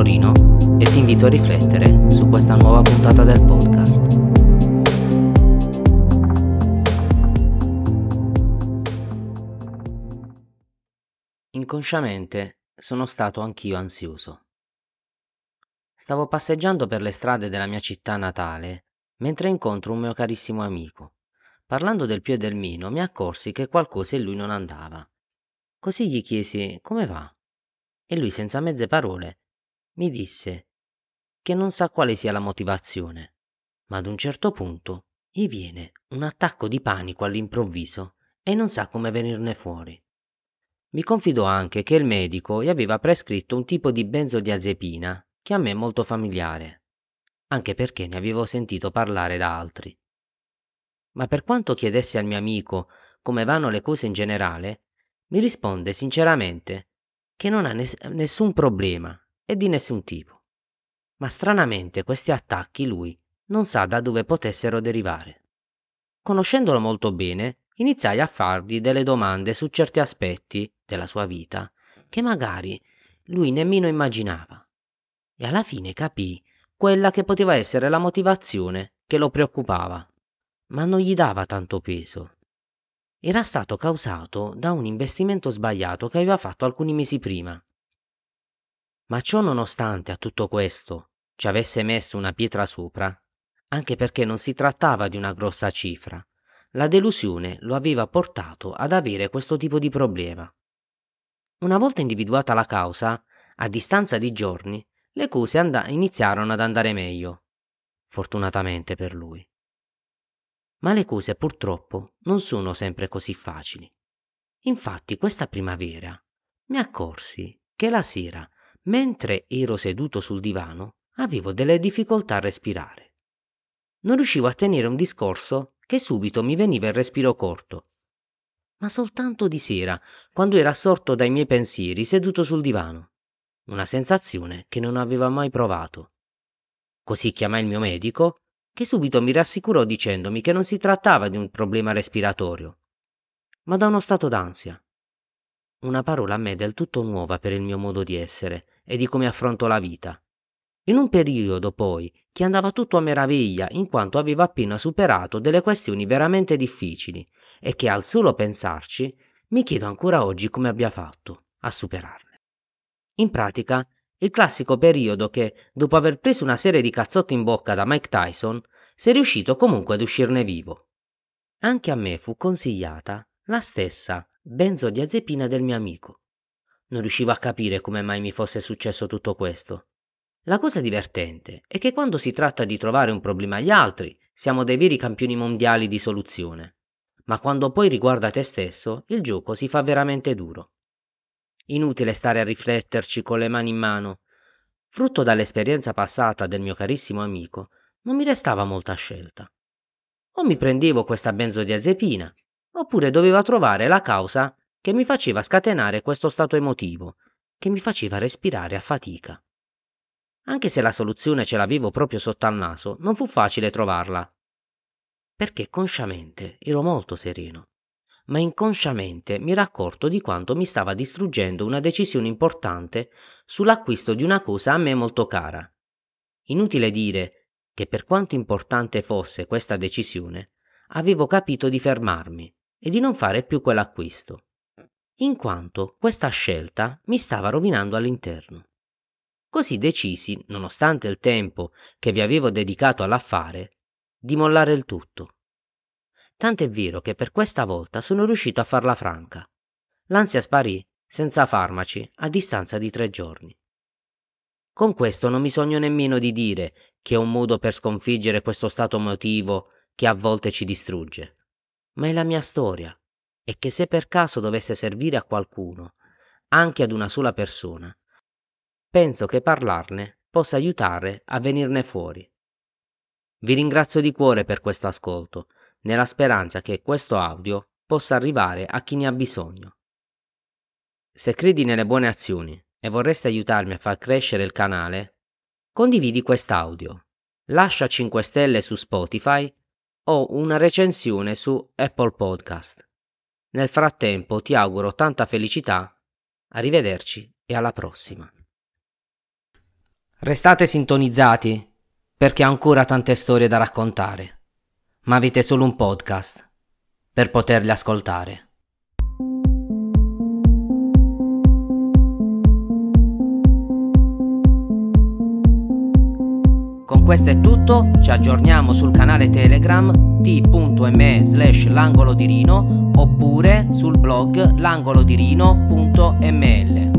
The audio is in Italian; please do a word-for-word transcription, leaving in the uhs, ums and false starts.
sono Rino e ti invito a riflettere su questa nuova puntata del podcast. Inconsciamente sono stato anch'io ansioso. Stavo passeggiando per le strade della mia città natale mentre incontro un mio carissimo amico. Parlando del più e del meno, mi accorsi che qualcosa in lui non andava. Così gli chiesi come va e lui, senza mezze parole, mi disse che non sa quale sia la motivazione, ma ad un certo punto gli viene un attacco di panico all'improvviso e non sa come venirne fuori. Mi confidò anche che il medico gli aveva prescritto un tipo di benzodiazepina che a me è molto familiare, anche perché ne avevo sentito parlare da altri. Ma per quanto chiedessi al mio amico come vanno le cose in generale, mi risponde sinceramente che non ha ness- nessun problema e di nessun tipo. Ma stranamente questi attacchi lui non sa da dove potessero derivare. Conoscendolo molto bene, iniziai a fargli delle domande su certi aspetti della sua vita che magari lui nemmeno immaginava. E alla fine capii quella che poteva essere la motivazione che lo preoccupava, ma non gli dava tanto peso. Era stato causato da un investimento sbagliato che aveva fatto alcuni mesi prima. Ma ciò nonostante a tutto questo ci avesse messo una pietra sopra, anche perché non si trattava di una grossa cifra, la delusione lo aveva portato ad avere questo tipo di problema. Una volta individuata la causa, a distanza di giorni, le cose and- iniziarono ad andare meglio, fortunatamente per lui. Ma le cose purtroppo non sono sempre così facili. Infatti questa primavera mi accorsi che la sera, mentre ero seduto sul divano, avevo delle difficoltà a respirare. Non riuscivo a tenere un discorso che subito mi veniva il respiro corto, ma soltanto di sera, quando ero assorto dai miei pensieri seduto sul divano, una sensazione che non avevo mai provato. Così chiamai il mio medico, che subito mi rassicurò dicendomi che non si trattava di un problema respiratorio, ma da uno stato d'ansia. Una parola a me del tutto nuova per il mio modo di essere e di come affronto la vita. In un periodo poi che andava tutto a meraviglia in quanto avevo appena superato delle questioni veramente difficili e che al solo pensarci mi chiedo ancora oggi come abbia fatto a superarle. In pratica, il classico periodo che, dopo aver preso una serie di cazzotti in bocca da Mike Tyson, sei riuscito comunque ad uscirne vivo. Anche a me fu consigliata la stessa benzodiazepina del mio amico. Non riuscivo a capire come mai mi fosse successo tutto questo. La cosa divertente è che quando si tratta di trovare un problema agli altri, siamo dei veri campioni mondiali di soluzione. Ma quando poi riguarda te stesso, il gioco si fa veramente duro. Inutile stare a rifletterci con le mani in mano. Frutto dall'esperienza passata del mio carissimo amico, non mi restava molta scelta. O mi prendevo questa benzodiazepina, oppure dovevo trovare la causa che mi faceva scatenare questo stato emotivo, che mi faceva respirare a fatica. Anche se la soluzione ce l'avevo proprio sotto al naso, non fu facile trovarla, perché consciamente ero molto sereno, ma inconsciamente mi ero accorto di quanto mi stava distruggendo una decisione importante sull'acquisto di una cosa a me molto cara. Inutile dire che per quanto importante fosse questa decisione, avevo capito di fermarmi e di non fare più quell'acquisto, in quanto questa scelta mi stava rovinando all'interno. Così decisi, nonostante il tempo che vi avevo dedicato all'affare, di mollare il tutto. Tant'è vero che per questa volta sono riuscito a farla franca. L'ansia sparì, senza farmaci, a distanza di tre giorni. Con questo non mi sogno nemmeno di dire che è un modo per sconfiggere questo stato emotivo che a volte ci distrugge, ma è la mia storia e che se per caso dovesse servire a qualcuno, anche ad una sola persona, penso che parlarne possa aiutare a venirne fuori. Vi ringrazio di cuore per questo ascolto, nella speranza che questo audio possa arrivare a chi ne ha bisogno. Se credi nelle buone azioni e vorresti aiutarmi a far crescere il canale, condividi quest'audio, lascia cinque stelle su Spotify o una recensione su Apple Podcast. Nel frattempo ti auguro tanta felicità, arrivederci e alla prossima. Restate sintonizzati, perché ho ancora tante storie da raccontare, ma avete solo un podcast per poterle ascoltare. Con questo è tutto, ci aggiorniamo sul canale Telegram t.me slash l'angolo di Rino oppure sul blog langolodirino punto emme elle.